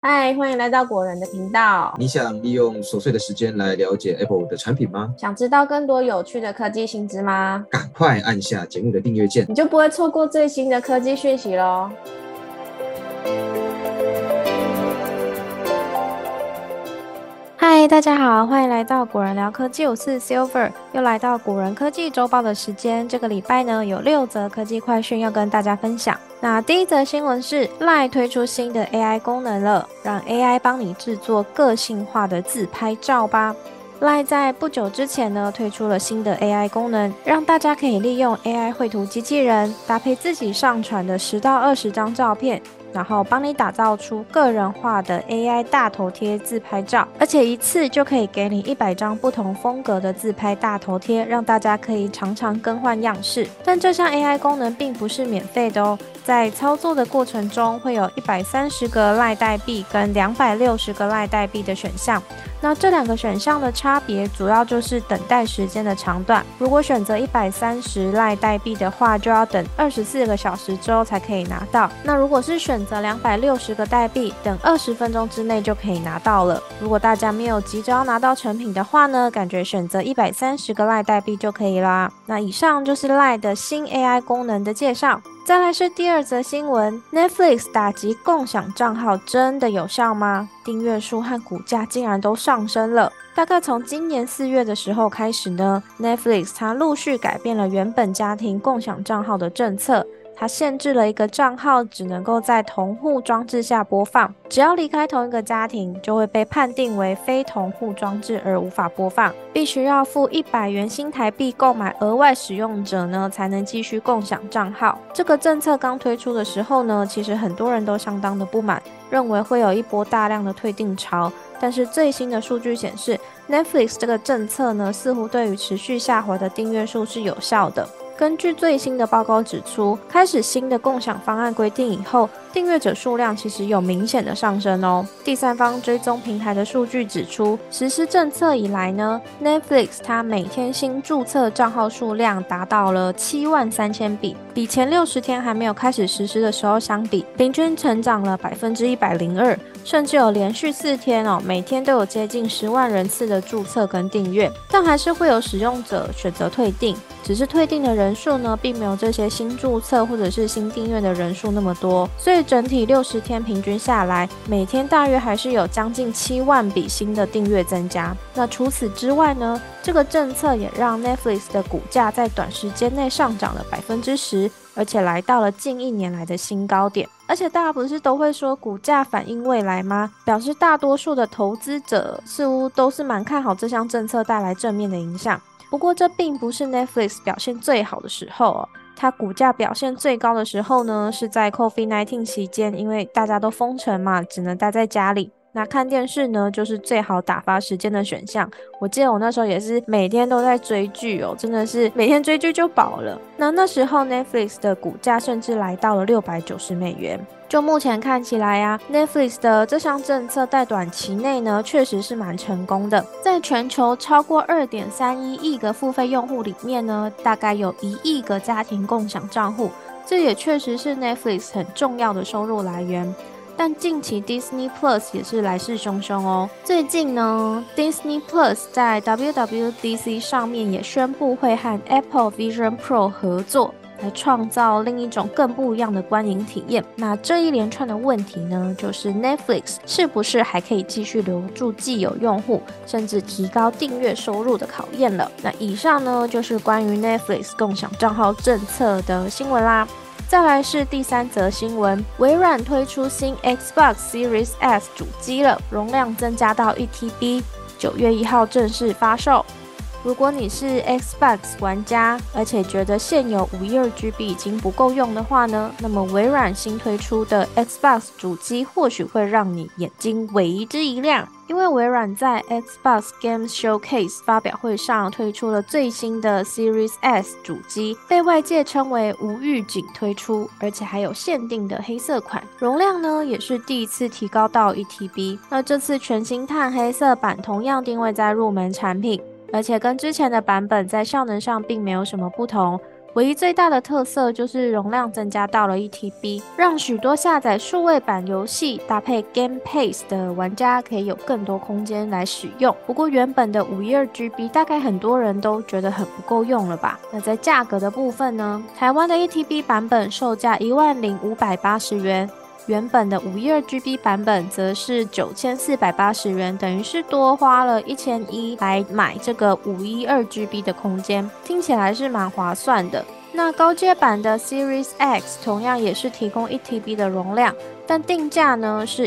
嗨，欢迎来到果仁的频道。 你想利用琐碎的时间来了解 Apple 的产品吗？ 想知道更多有趣的科技新知吗？ 赶快按下节目的订阅键。 你就不会错过最新的科技讯息咯。嗨，大家好，欢迎来到果仁聊科技，我是 Silver， 又来到果仁科技周报的时间。这个礼拜呢，有6则科技快讯要跟大家分享。那第一则新闻是 LINE 推出新的 AI 功能了，让 AI 帮你制作个性化的自拍照吧。LINE 在不久之前呢，推出了新的 AI 功能，让大家可以利用 AI 绘图机器人搭配自己上传的10到20张照片，然后帮你打造出个人化的 AI 大头贴自拍照，而且一次就可以给你100张不同风格的自拍大头贴，让大家可以常常更换样式。但这项 AI 功能并不是免费的哦，在操作的过程中会有130个LINE代币跟260个LINE代币的选项。那这2个选项的差别主要就是等待时间的长短。如果选择130LINE代币的话，就要等24个小时之后才可以拿到。那如果是选择260个代币，等20分钟之内就可以拿到了。如果大家没有急着要拿到成品的话呢，感觉选择130个LINE代币就可以啦。那以上就是 LINE 的新 AI 功能的介绍。再来是第2则新闻 ，Netflix 打击共享账号真的有效吗？订阅数和股价竟然都上升了。大概从今年4月的时候开始呢 ，Netflix 它陆续改变了原本家庭共享账号的政策。它限制了一个账号只能够在同户装置下播放，只要离开同一个家庭，就会被判定为非同户装置而无法播放，必须要付100元新台币购买额外使用者呢，才能继续共享账号。这个政策刚推出的时候呢，其实很多人都相当的不满，认为会有一波大量的退订潮。但是最新的数据显示 ，Netflix 这个政策呢，似乎对于持续下滑的订阅数是有效的。根据最新的报告指出，开始新的共享方案规定以后，订阅者数量其实有明显的上升哦。第三方追踪平台的数据指出，实施政策以来呢 ，Netflix 它每天新注册账号数量达到了73000笔，比前60天还没有开始实施的时候相比，平均成长了102%，甚至有连续4天哦，每天都有接近10万人次的注册跟订阅，但还是会有使用者选择退订，只是退订的人数呢，并没有这些新注册或者是新订阅的人数那么多，所以整体60天平均下来，每天大约还是有将近7万笔新的订阅增加。那除此之外呢，这个政策也让 Netflix 的股价在短时间内上涨了10%，而且来到了近1年来的新高点。而且大家不是都会说股价反映未来吗？表示大多数的投资者似乎都是蛮看好这项政策带来正面的影响。不过这并不是 Netflix 表现最好的时候哦，它股价表现最高的时候呢，是在 COVID-19 期间，因为大家都封城嘛，只能待在家里。那看电视呢，就是最好打发时间的选项。我记得我那时候也是每天都在追剧哦，真的是每天追剧就饱了。那时候 Netflix 的股价甚至来到了$690。就目前看起来啊 ，Netflix 的这项政策在短期内呢，确实是蛮成功的。在全球超过2.31亿个付费用户里面呢，大概有1亿个家庭共享账户，这也确实是 Netflix 很重要的收入来源。但近期 Disney Plus 也是来势汹汹哦。最近呢 ，Disney Plus 在 WWDC 上面也宣布会和 Apple Vision Pro 合作，来创造另一种更不一样的观影体验。那这一连串的问题呢，就是 Netflix 是不是还可以继续留住既有用户，甚至提高订阅收入的考验了。那以上呢，就是关于 Netflix 共享账号政策的新闻啦。再来是第3则新闻，微软推出新 Xbox Series S 主机了，容量增加到1TB，9月1号正式发售。如果你是 Xbox 玩家，而且觉得现有512GB 已经不够用的话呢，那么微软新推出的 Xbox 主机或许会让你眼睛为之一亮，因为微软在 Xbox Game Showcase 发表会上推出了最新的 Series S 主机，被外界称为无预警推出，而且还有限定的黑色款，容量呢也是第一次提高到1TB。那这次全新碳黑色版同样定位在入门产品，而且跟之前的版本在效能上并没有什么不同， 唯一最大的特色就是容量增加到了 1TB， 让许多下载数位版游戏搭配 Game Pass 的玩家可以有更多空间来使用。不过原本的 512GB 大概很多人都觉得很不够用了吧？那在价格的部分呢，台湾的 1TB 版本售价10580元，原本的512GB 版本则是9480元，等于是多花了1100来买这个512GB 的空间，听起来是蛮划算的。那高阶版的 Series X 同样也是提供 1TB 的容量，但定价呢是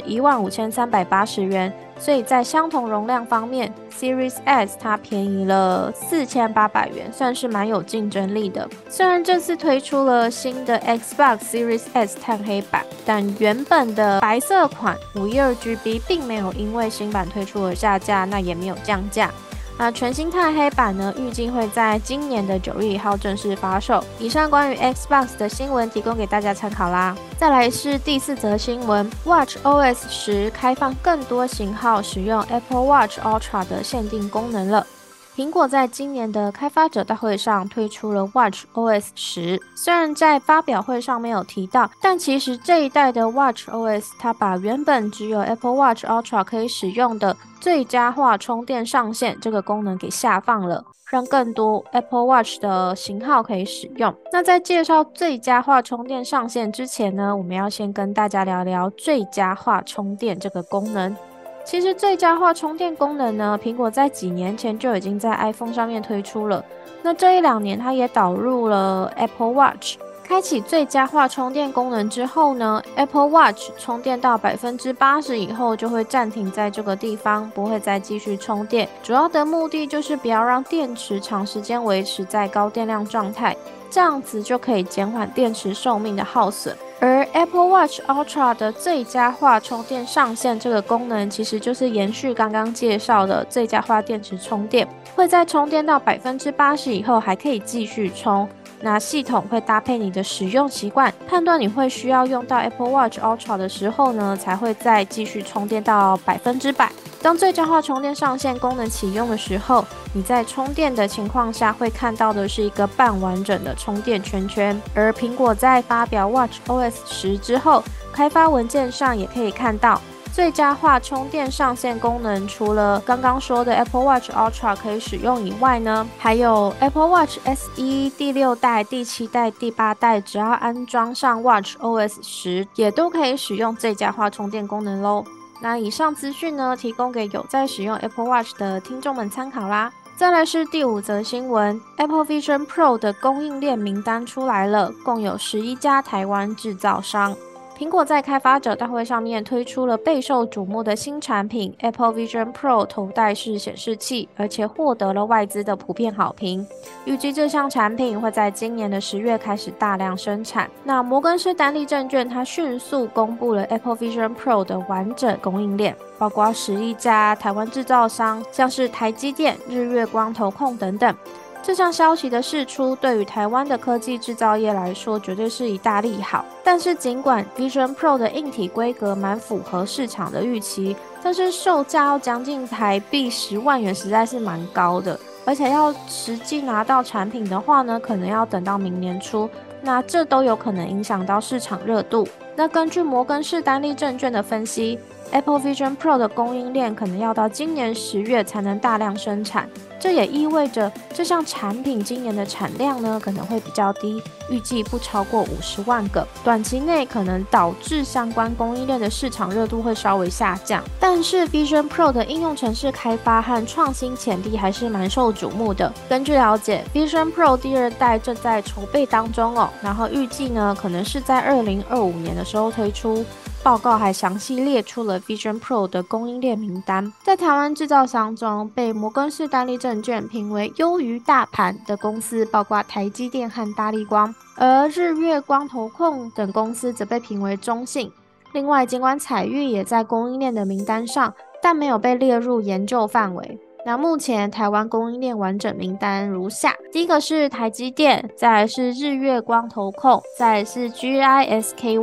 15380元，所以在相同容量方面 Series X 它便宜了4800元，算是蛮有竞争力的。虽然这次推出了新的 Xbox Series S 碳黑版，但原本的白色款 512GB 并没有因为新版推出而下架，那也没有降价。那全新碳黑版呢，预计会在今年的9月1号正式发售。以上关于 Xbox 的新闻提供给大家参考啦。再来是第4则新闻 ，WatchOS 10开放更多型号使用 Apple Watch Ultra 的限定功能了。苹果在今年的开发者大会上推出了 WatchOS 10，虽然在发表会上没有提到，但其实这一代的 WatchOS 它把原本只有 Apple Watch Ultra 可以使用的最佳化充电上限这个功能给下放了，让更多 Apple Watch 的型号可以使用。那在介绍最佳化充电上限之前呢，我们要先跟大家聊聊最佳化充电这个功能。其实最佳化充电功能呢，苹果在几年前就已经在 iPhone 上面推出了。那这1-2年它也导入了 Apple Watch。开启最佳化充电功能之后呢， Apple Watch 充电到 80% 以后就会暂停在这个地方，不会再继续充电。主要的目的就是不要让电池长时间维持在高电量状态，这样子就可以减缓电池寿命的耗损。而 Apple Watch Ultra 的最佳化充电上限这个功能，其实就是延续刚刚介绍的最佳化电池充电，会在充电到 80% 以后还可以继续充。那系统会搭配你的使用习惯，判断你会需要用到 Apple Watch Ultra 的时候呢，才会再继续充电到100%。当最佳化充电上限功能启用的时候，你在充电的情况下会看到的是一个半完整的充电圈圈。而苹果在发表 WatchOS 10之后，开发文件上也可以看到，最佳化充电上限功能除了刚刚说的 Apple Watch Ultra 可以使用以外呢，还有 Apple Watch SE 第6代、第7代、第8代，只要安装上 WatchOS 10，也都可以使用最佳化充电功能咯。那以上资讯呢，提供给有在使用 Apple Watch 的听众们参考啦。再来是第5则新闻 ，Apple Vision Pro 的供应链名单出来了，共有11家台湾制造商。苹果在开发者大会上面推出了备受瞩目的新产品 Apple Vision Pro 头戴式显示器，而且获得了外资的普遍好评。预计这项产品会在今年的10月开始大量生产。那摩根士丹利证券它迅速公布了 Apple Vision Pro 的完整供应链，包括11家台湾制造商，像是台积电、日月光、投控等等。这项消息的释出，对于台湾的科技制造业来说，绝对是一大利好。但是，尽管 Vision Pro 的硬体规格蛮符合市场的预期，但是售价要将近台币10万元，实在是蛮高的。而且要实际拿到产品的话呢，可能要等到明年初，那这都有可能影响到市场热度。那根据摩根士丹利证券的分析， Apple Vision Pro 的供应链可能要到今年10月才能大量生产。这也意味着这项产品今年的产量呢可能会比较低，预计不超过50万个，短期内可能导致相关供应链的市场热度会稍微下降。但是 Vision Pro 的应用程式开发和创新潜力还是蛮受瞩目的。根据了解， Vision Pro 第2代正在筹备当中哦，然后预计呢可能是在2025年的时候推出。报告还详细列出了 Vision Pro 的供应链名单，在台湾制造商中，被摩根士丹利证券评为优于大盘的公司包括台积电和大立光，而日月光、投控等公司则被评为中性。另外，尽管采钰也在供应链的名单上，但没有被列入研究范围。那目前台湾供应链完整名单如下：第一个是台积电，再来是日月光投控，再来是 GISKY，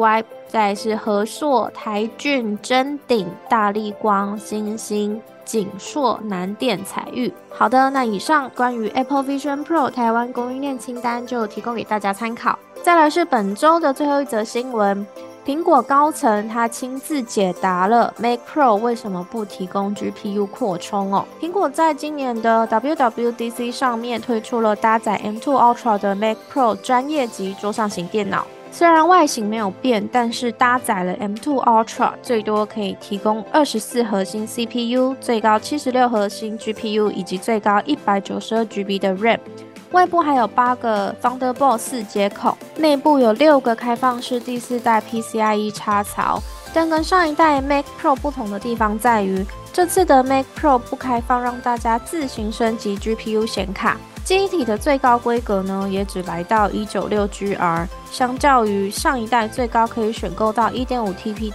再来是和硕、台骏、臻鼎、大立光、欣兴、景硕、南电、彩玉。好的，那以上关于 Apple Vision Pro 台湾供应链清单就提供给大家参考。再来是本周的最后一则新闻，苹果高层他亲自解答了 Mac Pro 为什么不提供 GPU 扩充哦。苹果在今年的 WWDC 上面推出了搭载 M2 Ultra 的 Mac Pro 专业级桌上型电脑。虽然外形没有变，但是搭载了 M2 Ultra， 最多可以提供24核心 CPU， 最高76核心 GPU 以及最高 192GB 的 RAM。外部还有8个 Thunderbolt 4接口，内部有6个开放式第4代 PCIe 插槽。但跟上一代 Mac Pro 不同的地方在于，这次的 Mac Pro 不开放让大家自行升级 GPU 显卡。记忆体的最高规格呢，也只来到 196GR， 相较于上一代最高可以选购到 1.5TB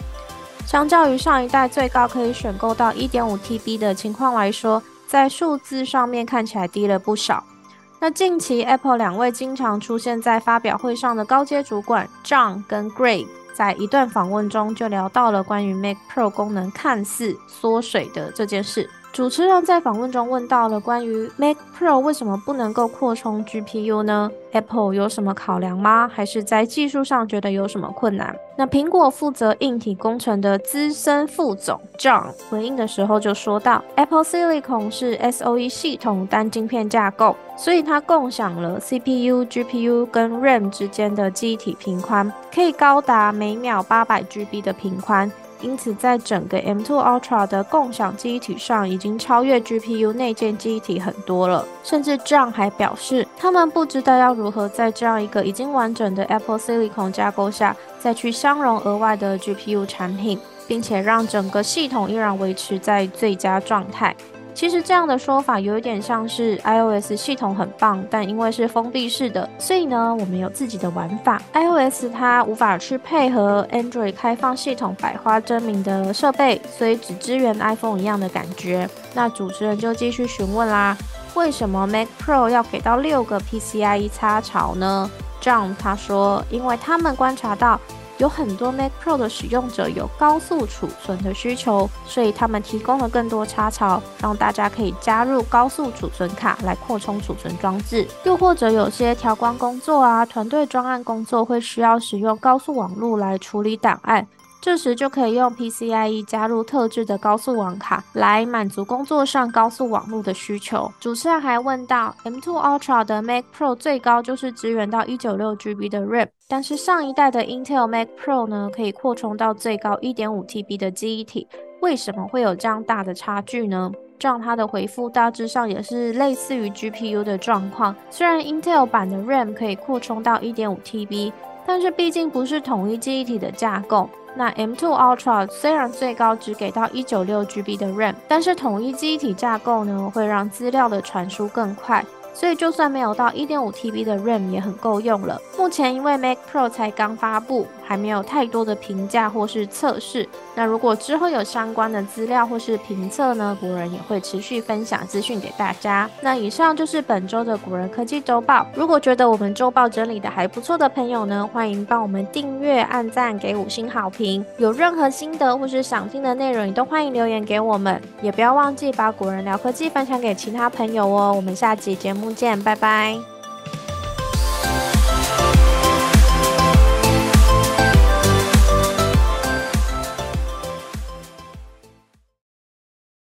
的情况来说，在数字上面看起来低了不少。那近期 Apple 2位经常出现在发表会上的高阶主管 John 跟 Greg， 在一段访问中就聊到了关于 Mac Pro 功能看似缩水的这件事。主持人在访问中问到了关于 Mac Pro 为什么不能够扩充 GPU 呢？ Apple 有什么考量吗？还是在技术上觉得有什么困难？那苹果负责硬体工程的资深副总 John 回应的时候就说到， Apple Silicon 是 SOE 系统单晶片架构，所以它共享了 CPU、GPU 跟 RAM 之间的记忆体频宽，可以高达每秒 800GB 的频宽。因此在整个 M2 Ultra 的共享记忆体上已经超越 GPU 内建记忆体很多了。甚至 John 还表示，他们不知道要如何在这样一个已经完整的 Apple Silicon 架构下再去相容额外的 GPU 产品，并且让整个系统依然维持在最佳状态。其实这样的说法有一点像是 iOS 系统很棒，但因为是封闭式的，所以呢我们有自己的玩法。iOS 它无法去配合 Android 开放系统百花争鸣的设备，所以只支援 iPhone 一样的感觉。那主持人就继续询问啦，为什么 Mac Pro 要给到6个 PCIe 插槽呢？ John 他说，因为他们观察到有很多 Mac Pro 的使用者有高速储存的需求，所以他们提供了更多插槽，让大家可以加入高速储存卡来扩充储存装置。又或者有些调光工作啊、团队专案工作会需要使用高速网路来处理档案，这时就可以用 PCIe 加入特制的高速网卡来满足工作上高速网路的需求。主持人还问到 M2 Ultra 的 Mac Pro 最高就是支援到 196GB 的 RAM， 但是上一代的 Intel Mac Pro 呢可以扩充到最高 1.5TB 的记忆体，为什么会有这样大的差距呢？这样他的回复大致上也是类似于 GPU 的状况，虽然 Intel 版的 RAM 可以扩充到 1.5TB， 但是毕竟不是统一记忆体的架构。那 M2 Ultra 虽然最高只给到 196GB 的 RAM， 但是统一记忆体架构呢会让资料的传输更快，所以就算没有到 1.5TB 的 RAM 也很够用了。目前因为 Mac Pro 才刚发布，还没有太多的评价或是测试，那如果之后有相关的资料或是评测呢，古人也会持续分享资讯给大家。那以上就是本周的古人科技周报。如果觉得我们周报整理的还不错的朋友呢，欢迎帮我们订阅、按赞、给5星好评。有任何心得或是想听的内容，也都欢迎留言给我们。也不要忘记把古人聊科技分享给其他朋友哦。我们下集节目见，拜拜。